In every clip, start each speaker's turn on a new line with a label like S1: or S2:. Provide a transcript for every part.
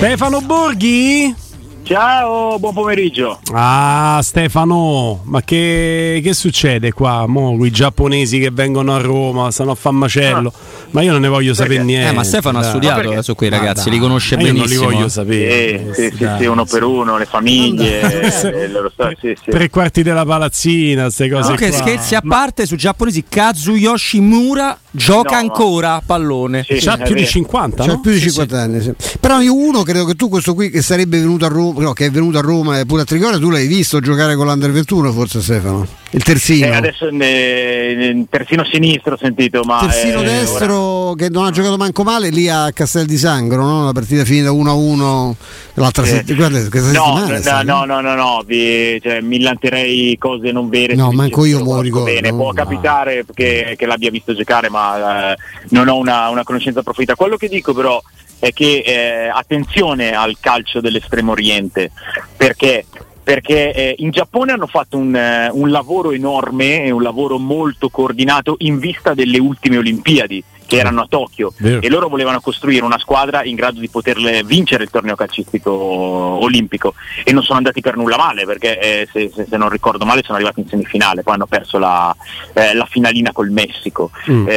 S1: Stefano Borghi?
S2: Ciao, buon pomeriggio.
S1: Ah, Stefano, ma che succede qua? Mo i giapponesi che vengono a Roma stanno a fare macello. Ma io non ne voglio sapere niente.
S3: Ma Stefano ha studiato su quei ragazzi, li conosce benissimo.
S1: Io non li voglio sapere.
S2: Sì, uno per uno, le famiglie.
S1: Tre quarti della palazzina, queste cose.
S3: Ok, scherzi a parte, su giapponesi, Kazuyoshi Mura gioca ancora a pallone.
S1: C'ha più di 50,
S4: C'ha più di 50 anni. Sì. Però io uno credo che tu questo qui che sarebbe venuto a Roma, no, che è venuto a Roma e pure a Trigoria, tu l'hai visto giocare con l'Under 21 forse, Stefano? Il terzino.
S2: Adesso terzino sinistro ho sentito, ma
S4: terzino destro che non ha giocato manco male lì a Castel di Sangro, no? La partita finita 1-1 l'altra settimana.
S2: No, millanterei cose non vere.
S4: No, manco io me lo ricordo.
S2: Bene, può capitare che l'abbia visto giocare, ma non ho una conoscenza approfondita. Quello che dico però è che attenzione al calcio dell'estremo oriente, perché in Giappone hanno fatto un lavoro enorme e un lavoro molto coordinato in vista delle ultime Olimpiadi che erano a Tokyo. E loro volevano costruire una squadra in grado di poter vincere il torneo calcistico olimpico e non sono andati per nulla male, perché se non ricordo male sono arrivati in semifinale, poi hanno perso la finalina col Messico.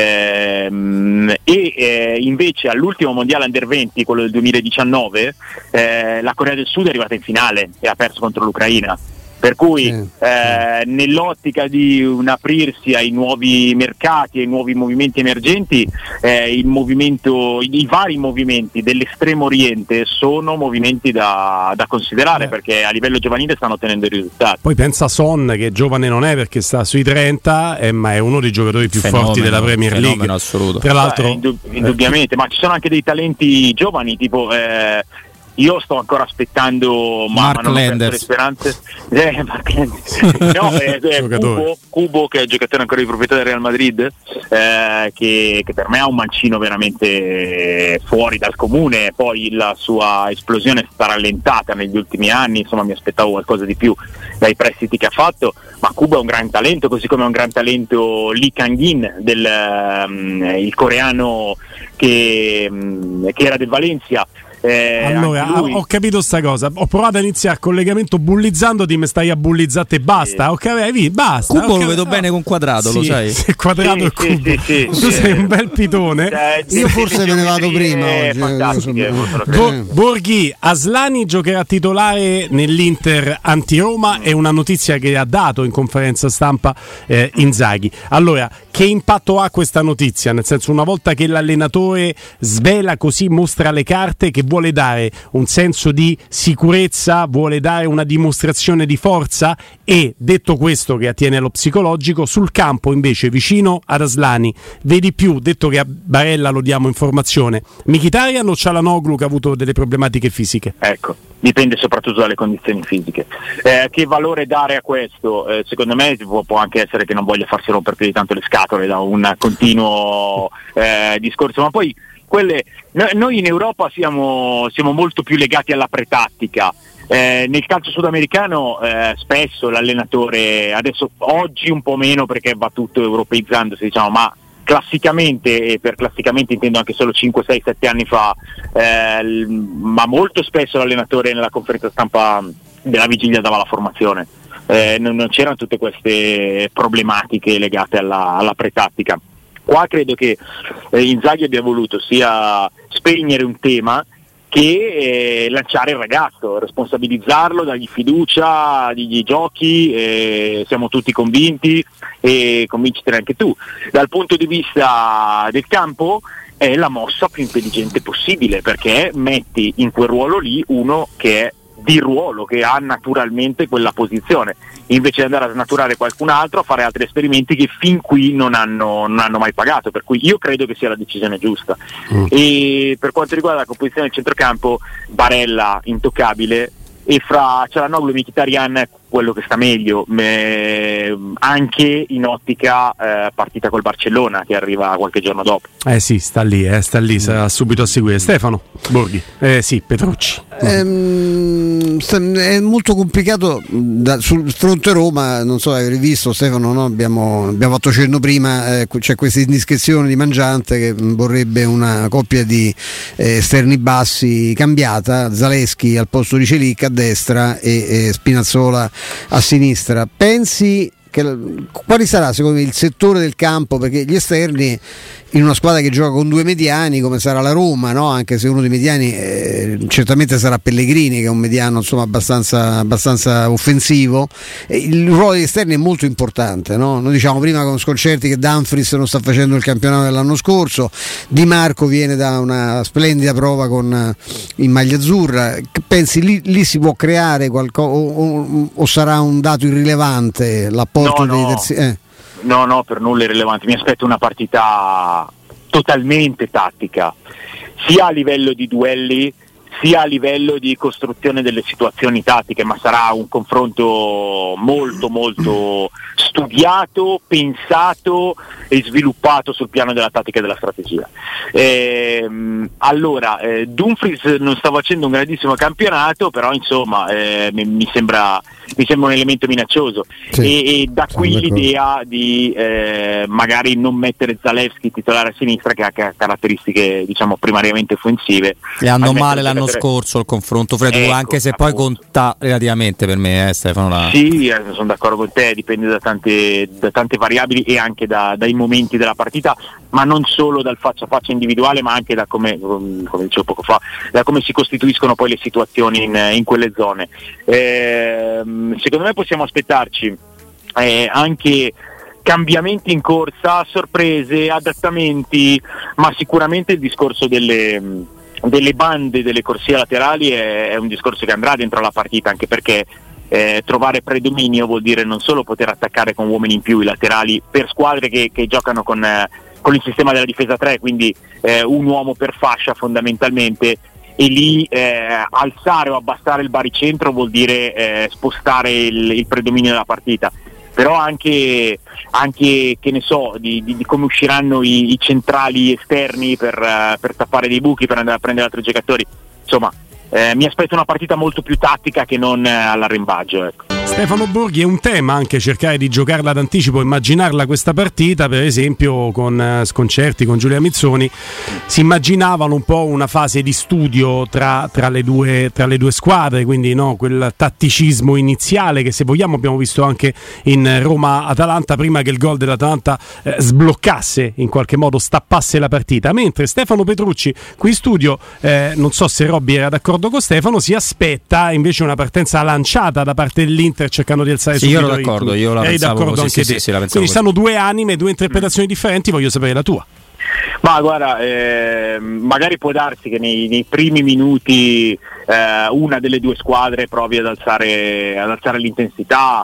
S2: Invece all'ultimo mondiale Under 20, quello del 2019, la Corea del Sud è arrivata in finale e ha perso contro l'Ucraina. Per cui nell'ottica di un aprirsi ai nuovi mercati, ai nuovi movimenti emergenti, i vari movimenti dell'estremo oriente sono movimenti da considerare, perché a livello giovanile stanno ottenendo i risultati.
S1: Poi pensa a Son, che giovane non è perché sta sui 30, ma è uno dei giocatori più forti della Premier League.
S3: Assoluto.
S1: Tra l'altro,
S2: indubbiamente, ma ci sono anche dei talenti giovani, tipo io sto ancora aspettando, ma non ho perso le speranze. Kubo, che è il giocatore ancora di proprietà del Real Madrid, che per me ha un mancino veramente fuori dal comune. Poi la sua esplosione è stata rallentata negli ultimi anni, insomma mi aspettavo qualcosa di più dai prestiti che ha fatto, ma Kubo è un gran talento, così come è un gran talento Lee Kang-in, il coreano che era del Valencia.
S1: Allora, ho capito sta cosa. Ho provato a iniziare il collegamento bullizzandoti, mi stai a bullizzare te, basta. Ok, basta.
S3: Cubo lo vedo bene con Quadrato, lo sai?
S1: Quadrato e Cubo. Tu sei un bel pitone.
S4: Io forse me ne vado prima oggi.
S1: Borghi, Aslani giocherà titolare nell'Inter anti-Roma, è una notizia che ha dato in conferenza stampa Inzaghi. Allora, che impatto ha questa notizia? Nel senso, una volta che l'allenatore svela così, mostra le carte, che vuole dare un senso di sicurezza, vuole dare una dimostrazione di forza, e detto questo che attiene allo psicologico, sul campo invece vicino ad Aslani vedi più, detto che a Barella lo diamo informazione, Mkhitaryan o Çalhanoğlu che ha avuto delle problematiche fisiche?
S2: Ecco, dipende soprattutto dalle condizioni fisiche. Che valore dare a questo? Secondo me può anche essere che non voglia farsi rompere più di tanto le scatole da un continuo discorso, ma poi noi in Europa siamo molto più legati alla pretattica. Nel calcio sudamericano spesso l'allenatore, adesso oggi un po' meno perché va tutto europeizzandosi, diciamo, ma classicamente, e per classicamente intendo anche solo 5, 6, 7 anni fa, ma molto spesso l'allenatore nella conferenza stampa della vigilia dava la formazione. Non c'erano tutte queste problematiche legate alla pretattica. Qua credo che Inzaghi abbia voluto sia spegnere un tema che lanciare il ragazzo, responsabilizzarlo, dargli fiducia, dirgli giochi, siamo tutti convinti e convincitene anche tu. Dal punto di vista del campo è la mossa più intelligente possibile, perché metti in quel ruolo lì uno che è di ruolo, che ha naturalmente quella posizione, invece di andare a snaturare qualcun altro, a fare altri esperimenti che fin qui non hanno mai pagato, per cui io credo che sia la decisione giusta. E per quanto riguarda la composizione del centrocampo, Barella intoccabile, e fra Çalhanoğlu e Mkhitaryan quello che sta meglio, anche in ottica partita col Barcellona che arriva qualche giorno dopo.
S1: Sì, sta lì, sarà subito a seguire. Stefano Borghi, sì, Petrucci.
S4: È molto complicato sul fronte Roma, non so, avete visto Stefano, no? Abbiamo fatto cenno prima, c'è questa indiscrezione di Mangiante che vorrebbe una coppia di esterni bassi cambiata, Zaleschi al posto di Celic a destra e Spinazzola a sinistra. Pensi quale sarà secondo me il settore del campo, perché gli esterni in una squadra che gioca con due mediani come sarà la Roma, no? Anche se uno dei mediani certamente sarà Pellegrini, che è un mediano insomma abbastanza offensivo, il ruolo degli esterni è molto importante, no? Noi diciamo prima con Sconcerti che Dumfries non sta facendo il campionato dell'anno scorso, Di Marco viene da una splendida prova in maglia azzurra. Pensi lì si può creare qualcosa o sarà un dato irrilevante l'apporto dei terzi?
S2: No, per nulla irrilevante. Mi aspetto una partita totalmente tattica, sia a livello di duelli sia a livello di costruzione delle situazioni tattiche, ma sarà un confronto molto molto studiato, pensato e sviluppato sul piano della tattica e della strategia. Allora, Dumfries non sta facendo un grandissimo campionato, però insomma mi sembra un elemento minaccioso, sì, e da qui l'idea di magari non mettere Zalewski titolare a sinistra, che ha caratteristiche diciamo primariamente offensive.
S3: Le hanno male l'anno scorso il confronto fra i due, anche se poi conta relativamente per me, Stefano.
S2: Sì, sono d'accordo con te, dipende da tante variabili e anche dai momenti della partita, ma non solo dal faccia a faccia individuale, ma anche da come dicevo poco fa, da come si costituiscono poi le situazioni in quelle zone. Secondo me possiamo aspettarci anche cambiamenti in corsa, sorprese, adattamenti, ma sicuramente il discorso delle bande, delle corsie laterali è un discorso che andrà dentro la partita, anche perché trovare predominio vuol dire non solo poter attaccare con uomini in più i laterali per squadre che giocano con il sistema della difesa 3, quindi un uomo per fascia fondamentalmente, e lì alzare o abbassare il baricentro vuol dire spostare il predominio della partita. Però anche che ne so di come usciranno i centrali esterni per tappare dei buchi, per andare a prendere altri giocatori, insomma mi aspetto una partita molto più tattica che non all'arrembaggio, ecco.
S1: Stefano Borghi, è un tema anche cercare di giocarla d'anticipo, immaginarla questa partita, per esempio con Sconcerti, con Giulia Mizzoni si immaginavano un po' una fase di studio tra le due squadre, quindi no, quel tatticismo iniziale che se vogliamo abbiamo visto anche in Roma-Atalanta, prima che il gol dell'Atalanta sbloccasse, in qualche modo stappasse la partita, mentre Stefano Petrucci qui in studio, non so se Robby era d'accordo con Stefano, si aspetta invece una partenza lanciata da parte dell'Inter cercando di alzare subito.
S3: Io ero d'accordo, io la pensavo
S1: d'accordo
S3: così,
S1: anche te.
S3: Sì, la pensavo
S1: quindi
S3: così.
S1: stanno due anime, due interpretazioni differenti, voglio sapere la tua.
S2: Ma guarda, magari può darsi che nei primi minuti una delle due squadre provi ad alzare l'intensità,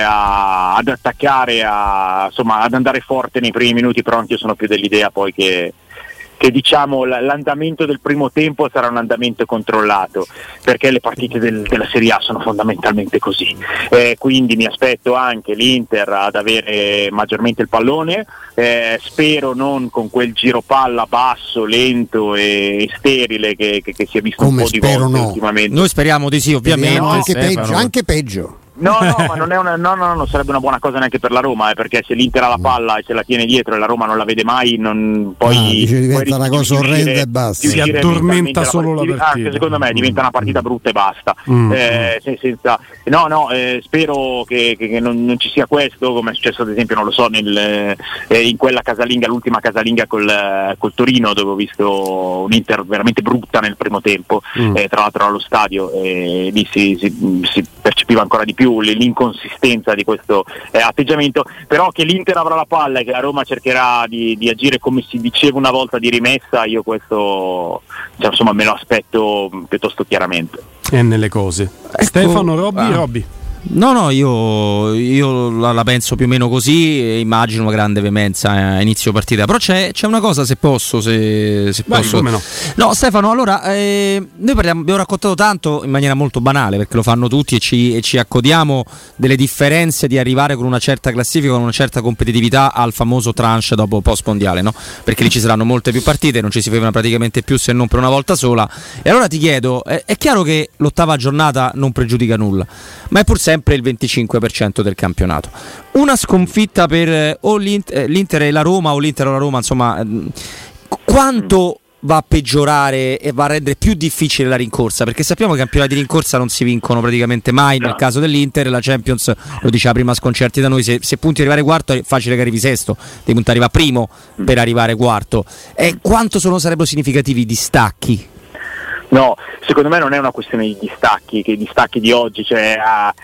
S2: ad attaccare, ad andare forte nei primi minuti, però anche io sono più dell'idea poi che diciamo l'andamento del primo tempo sarà un andamento controllato, perché le partite della Serie A sono fondamentalmente così, quindi mi aspetto anche l'Inter ad avere maggiormente il pallone, spero non con quel giro palla basso, lento e sterile che si è visto
S4: come
S2: un po' di volte ultimamente.
S3: Noi speriamo di sì, ovviamente.
S4: Anche peggio.
S2: No, ma non sarebbe una buona cosa neanche per la Roma, perché se l'Inter ha la palla e se la tiene dietro e la Roma non la vede mai, poi
S4: diventa una cosa orrenda e basta.
S1: Si addormenta solo la partita.
S2: Anche secondo me diventa una partita brutta e basta. Spero che non ci sia questo, come è successo ad esempio, non lo so, in quella casalinga, l'ultima casalinga col Torino, dove ho visto un'Inter veramente brutta nel primo tempo, tra l'altro allo stadio, e lì si percepiva ancora di più l'inconsistenza di questo atteggiamento, però che l'Inter avrà la palla e che la Roma cercherà di agire come si diceva una volta di rimessa, io questo me lo aspetto piuttosto chiaramente.
S1: È nelle cose. Ecco, Stefano, Robby.
S3: No, io la penso più o meno così e immagino una grande veemenza a inizio partita. Però c'è una cosa, se posso. Se posso.
S1: Come no?
S3: No, Stefano, allora noi abbiamo raccontato tanto in maniera molto banale, perché lo fanno tutti e ci accodiamo delle differenze di arrivare con una certa classifica, con una certa competitività al famoso tranche dopo post mondiale, no? Perché lì ci saranno molte più partite, non ci si ferma praticamente più se non per una volta sola. E allora ti chiedo, è chiaro che l'ottava giornata non pregiudica nulla, ma è pur sempre il 25% del campionato. Una sconfitta per o l'Inter e la Roma, o l'Inter o la Roma, insomma, quanto va a peggiorare e va a rendere più difficile la rincorsa? Perché sappiamo che i campionati di rincorsa non si vincono praticamente mai. Nel caso dell'Inter, la Champions, lo diceva prima Sconcerti da noi, se punti arrivare quarto è facile che arrivi sesto, devi puntare arrivare primo per arrivare quarto. E quanto sarebbero significativi i distacchi?
S2: No, secondo me non è una questione di distacchi, che i distacchi di oggi, cioè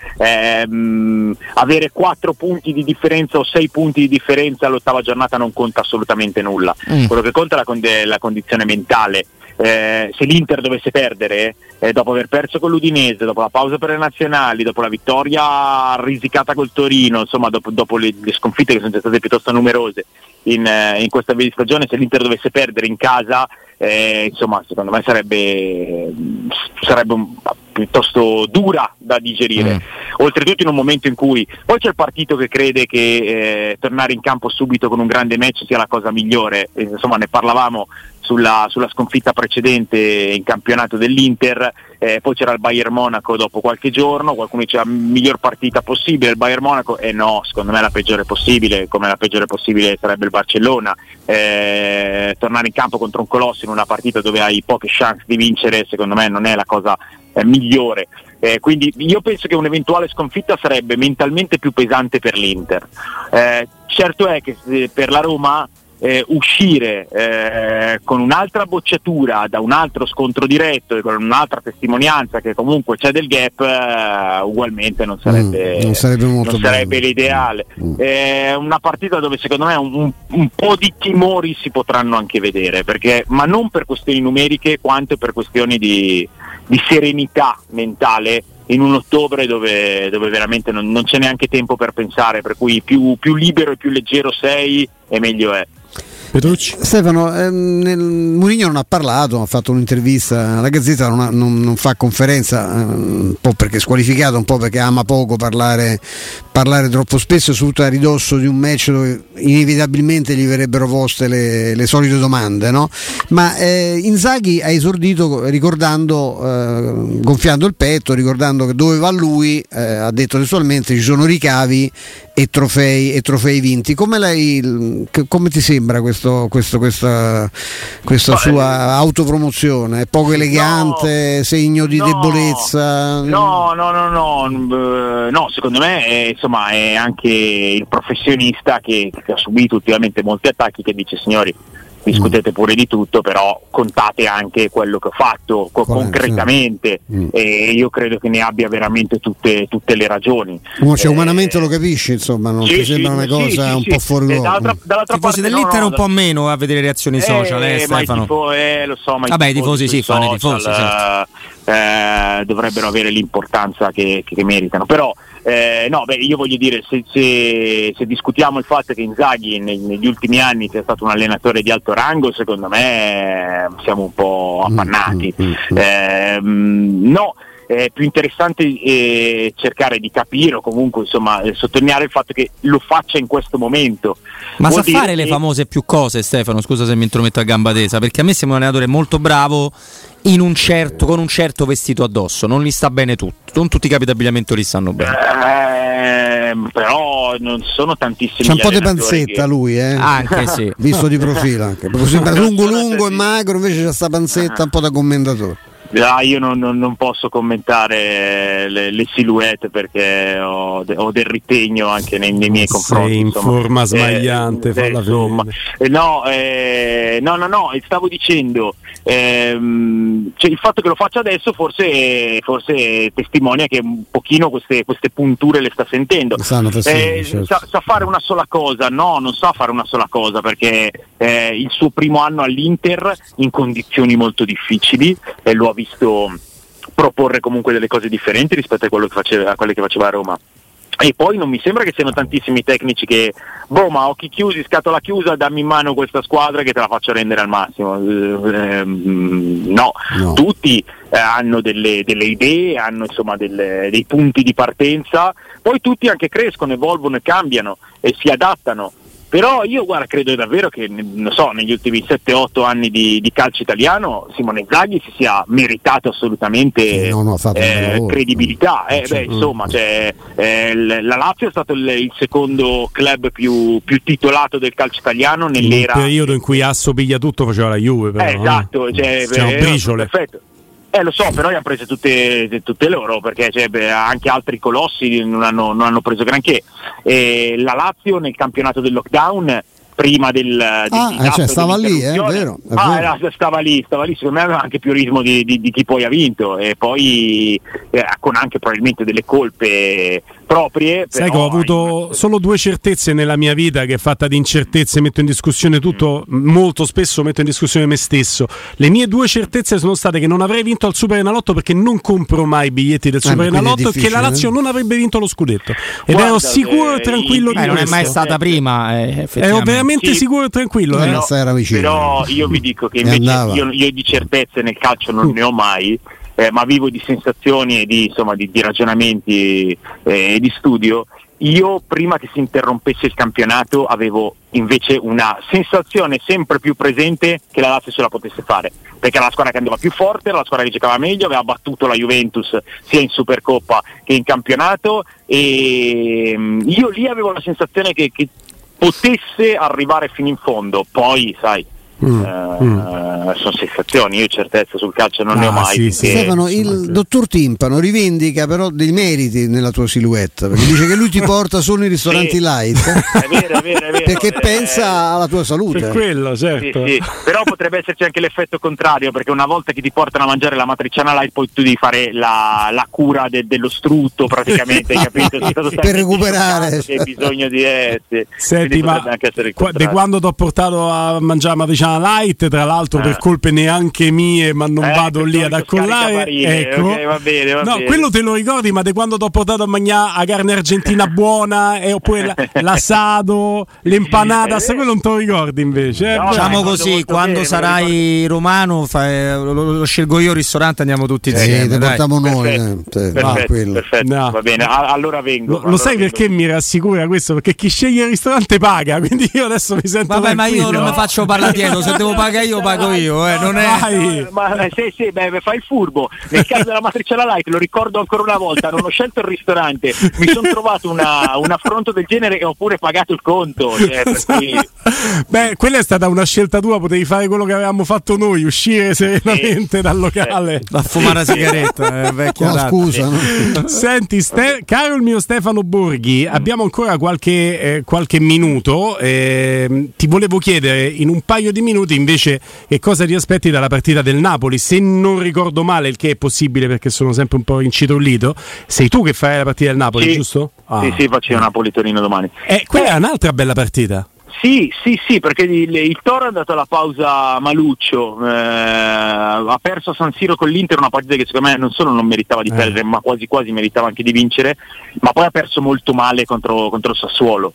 S2: avere 4 punti di differenza o 6 punti di differenza all'ottava giornata non conta assolutamente nulla. Quello che conta è la condizione mentale. Se l'Inter dovesse perdere, dopo aver perso con l'Udinese, dopo la pausa per le nazionali, dopo la vittoria risicata col Torino, insomma dopo le sconfitte che sono state piuttosto numerose in questa via di stagione, se l'Inter dovesse perdere in casa, insomma secondo me sarebbe piuttosto dura da digerire, oltretutto in un momento in cui poi c'è il partito che crede che tornare in campo subito con un grande match sia la cosa migliore. Insomma, ne parlavamo sulla sconfitta precedente in campionato dell'Inter, poi c'era il Bayern Monaco dopo qualche giorno, qualcuno diceva miglior partita possibile il Bayern Monaco, e no, secondo me la peggiore possibile, come la peggiore possibile sarebbe il Barcellona. Tornare in campo contro un colosso in una partita dove hai poche chance di vincere, secondo me non è la cosa migliore. Quindi io penso che un'eventuale sconfitta sarebbe mentalmente più pesante per l'Inter. Certo è che per la Roma uscire con un'altra bocciatura da un altro scontro diretto e con un'altra testimonianza che comunque c'è del gap, ugualmente non sarebbe l'ideale. È una partita dove secondo me un po' di timori si potranno anche vedere, ma non per questioni numeriche quanto per questioni di serenità mentale in un ottobre dove veramente non c'è neanche tempo per pensare, per cui più libero e più leggero sei e meglio è.
S1: Petrucci.
S4: Stefano, Mourinho non ha parlato, ha fatto un'intervista alla Gazzetta, non fa conferenza, un po' perché è squalificato, un po' perché ama poco parlare troppo spesso, soprattutto a ridosso di un match dove inevitabilmente gli verrebbero poste le solite domande, no? Ma Inzaghi ha esordito ricordando, gonfiando il petto, ricordando che dove va lui, ha detto testualmente, ci sono ricavi e trofei vinti. Come ti sembra questa sua autopromozione? È poco elegante, segno di debolezza?
S2: No, secondo me insomma è anche il professionista che ha subito ultimamente molti attacchi, che dice: signori, discutete pure di tutto, però contate anche quello che ho fatto concretamente, e io credo che ne abbia veramente tutte le ragioni.
S4: Umanamente lo capisci, insomma, non ti sembra una cosa un po' fuori luogo?
S2: Dall'altra
S3: parte dell'Inter un po' meno a vedere le reazioni social, Stefano.
S2: Lo so, ma
S3: i tifosi fanno i tifosi, certo.
S2: Dovrebbero avere l'importanza che meritano, però io voglio dire, se discutiamo il fatto che Inzaghi negli ultimi anni sia stato un allenatore di alto rango, secondo me siamo un po' appannati. È più interessante cercare di capire, o comunque insomma sottolineare il fatto che lo faccia in questo momento.
S3: Ma sa fare le famose più cose, Stefano? Scusa se mi intrometto a gamba tesa, perché a me sembra un allenatore molto bravo con un certo vestito addosso, non li sta bene tutti, non tutti i capi d'abbiamento li stanno bene.
S2: Però non sono tantissimi.
S4: C'è un po' di panzetta lui,
S3: anche sì.
S4: Visto di profilo anche. Sembra lungo e magro, invece c'è sta panzetta un po' da commentatore.
S2: Io non posso commentare le silhouette perché ho del ritegno anche nei miei confronti.
S1: Sei in forma smagliante,
S2: insomma. No, stavo dicendo, il fatto che lo faccia adesso forse testimonia che un pochino queste punture le sta sentendo.
S4: Certo.
S2: Sa fare una sola cosa? No, non sa fare una sola cosa, perché il suo primo anno all'Inter in condizioni molto difficili, e lo ha visto proporre comunque delle cose differenti rispetto a quelle che faceva a Roma. E poi non mi sembra che siano tantissimi tecnici che ma occhi chiusi, scatola chiusa, dammi in mano questa squadra che te la faccio rendere al massimo. No, tutti hanno delle idee, hanno insomma dei punti di partenza, poi tutti anche crescono, evolvono e cambiano e si adattano. Però io credo davvero che non so, negli ultimi 7-8 anni di calcio italiano Simone Inzaghi si sia meritato assolutamente credibilità. Insomma, la Lazio è stato il secondo club più titolato del calcio italiano nell'era.
S1: Il periodo in cui Asso piglia tutto faceva la Juve, però,
S2: esatto,
S1: briciole.
S2: Perfetto. Lo so, però le hanno prese tutte loro, perché anche altri colossi non hanno preso granché. La Lazio nel campionato del lockdown, prima del
S4: stava lì, è vero.
S2: Stava lì, secondo me aveva anche più ritmo di chi poi ha vinto, e poi con anche probabilmente delle colpe proprie.
S1: Sai che ho avuto solo 2 certezze nella mia vita, che è fatta di incertezze, metto in discussione tutto, molto spesso metto in discussione me stesso. Le mie 2 certezze sono state che non avrei vinto al Superenalotto, perché non compro mai i biglietti del Superenalotto, e che la Lazio non avrebbe vinto lo scudetto, ed ero sicuro e tranquillo di questo.
S3: Non è mai stata prima,
S1: ero veramente sicuro e tranquillo.
S2: Però io vi dico che invece io di certezze nel calcio non ne ho mai, ma vivo di sensazioni e di ragionamenti e di studio. Io prima che si interrompesse il campionato avevo invece una sensazione sempre più presente che la Lazio ce la potesse fare, perché era la squadra che andava più forte, era la squadra che giocava meglio, aveva battuto la Juventus sia in Supercoppa che in campionato, e io lì avevo la sensazione che potesse arrivare fino in fondo. Poi sai, sono sensazioni, io certezza sul calcio non ne ho mai.
S4: Stefano, il dottor Timpano rivendica però dei meriti nella tua silhouette, perché dice che lui ti porta solo in ristoranti light.
S2: È vero,
S4: perché pensa alla tua salute.
S1: Per quello, certo.
S2: Sì. Però potrebbe esserci anche l'effetto contrario, perché una volta che ti portano a mangiare la matriciana light, poi tu devi fare la cura dello strutto praticamente, hai capito?
S4: Per recuperare,
S2: che hai bisogno di
S1: Senti, ma di quando ti ho portato a mangiare la matriciana light, tra l'altro per colpe neanche mie, ma non vado lì ad accollare, ecco.
S2: Okay, va bene.
S1: Quello te lo ricordi, ma di quando ti ho portato a mangiare la carne argentina buona, oppure l'asado, l'empanadas, quello non te lo ricordi invece?
S3: Diciamo così, quando sarai romano lo scelgo io il ristorante, andiamo tutti insieme,
S4: te portiamo noi.
S2: Perfetto. No. Va bene, allora vengo.
S1: Lo sai perché mi rassicura questo? Perché chi sceglie il ristorante paga, quindi io adesso mi sento
S3: tranquillo. Ma io non mi faccio parlare dietro, se devo pagare io pago io, non è.
S2: Fai il furbo. Nel caso della matriciana light, lo ricordo ancora una volta, non ho scelto il ristorante, mi sono trovato un affronto del genere e ho pure pagato il conto.
S1: Quella è stata una scelta tua, potevi fare quello che avevamo fatto noi, uscire serenamente dal locale
S3: a fumare una sigaretta,
S4: scusa, no?
S1: Senti, caro il mio Stefano Borghi, abbiamo ancora qualche minuto, ti volevo chiedere in un paio di minuti invece che cosa ti aspetti dalla partita del Napoli. Se non ricordo male, il che è possibile perché sono sempre un po' incitollito, sei tu che fai la partita del Napoli, giusto?
S2: Sì, faccio Napoli-Torino domani.
S1: Quella è un'altra bella partita.
S2: Sì, perché il Toro è andato alla pausa maluccio, ha perso a San Siro con l'Inter, una partita che secondo me non solo non meritava di perdere, ma quasi meritava anche di vincere, ma poi ha perso molto male contro il Sassuolo.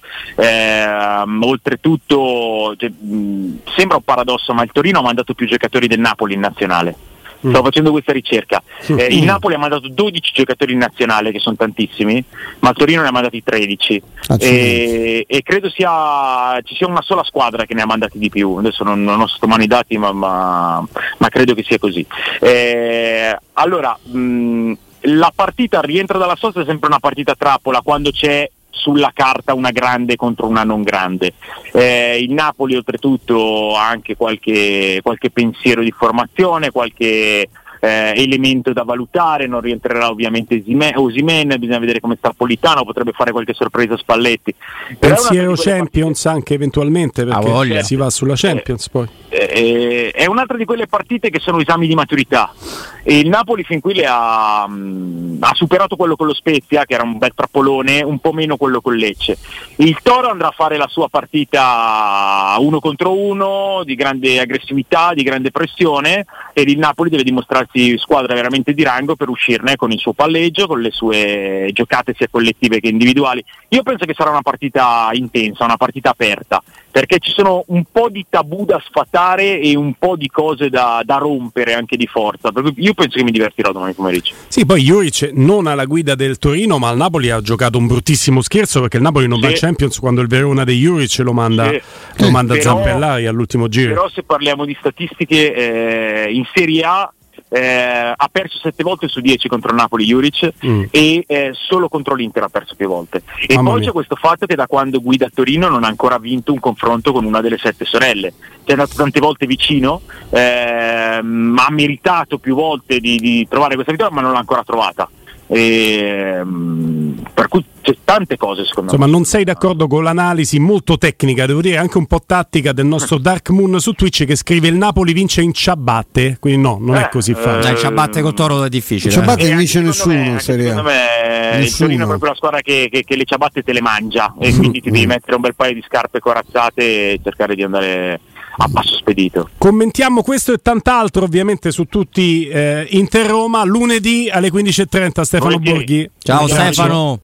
S2: Oltretutto, sembra un paradosso, ma il Torino ha mandato più giocatori del Napoli in nazionale. Stavo facendo questa ricerca. Il Napoli ha mandato 12 giocatori in nazionale, che sono tantissimi, ma il Torino ne ha mandati 13. E credo ci sia una sola squadra che ne ha mandati di più. Adesso non ho sotto mano i dati, ma credo che sia così. Allora, la partita rientra dalla sosta è sempre una partita trappola quando c'è sulla carta una grande contro una non grande. Il Napoli oltretutto ha anche qualche pensiero di formazione, qualche elemento da valutare, non rientrerà ovviamente Osimhen, bisogna vedere come sta Politano, potrebbe fare qualche sorpresa Spalletti.
S1: Pensiero Champions anche eventualmente, perché si va sulla Champions poi.
S2: È un'altra di quelle partite che sono esami di maturità, e il Napoli fin qui ha superato quello con lo Spezia, che era un bel trappolone, un po' meno quello con Lecce. Il Toro andrà a fare la sua partita 1 contro 1 di grande aggressività, di grande pressione, ed il Napoli deve dimostrarsi anzi squadra veramente di rango per uscirne con il suo palleggio, con le sue giocate sia collettive che individuali. Io penso che sarà una partita intensa, una partita aperta, perché ci sono un po' di tabù da sfatare e un po' di cose da rompere anche di forza. Io penso che mi divertirò domani pomeriggio.
S1: Sì, poi Juric non alla guida del Torino, ma al Napoli ha giocato un bruttissimo scherzo, perché il Napoli non va in Champions quando il Verona dei Juric lo manda zampellari all'ultimo giro.
S2: Però se parliamo di statistiche, in Serie A ha perso 7 volte su 10 contro il Napoli Juric e solo contro l'Inter ha perso più volte. E poi c'è questo fatto che da quando guida Torino non ha ancora vinto un confronto con una delle 7 sorelle. È andato tante volte vicino, ma ha meritato più volte di trovare questa vittoria, ma non l'ha ancora trovata. Per cui c'è tante cose secondo me.
S1: Insomma, non sei d'accordo con l'analisi molto tecnica, devo dire anche un po' tattica, del nostro Dark Moon su Twitch, che scrive il Napoli vince in ciabatte, quindi no, non è così facile.
S3: In ciabatte col Toro è difficile.
S4: In ciabatte non vince nessuno.
S2: Secondo me il Torino è proprio la squadra che le ciabatte te le mangia, e quindi ti devi mettere un bel paio di scarpe corazzate e cercare di andare a passo spedito.
S1: Commentiamo questo e tant'altro ovviamente su tutti Inter Roma lunedì alle 15:30. Stefano Borghi.
S3: Ciao Stefano.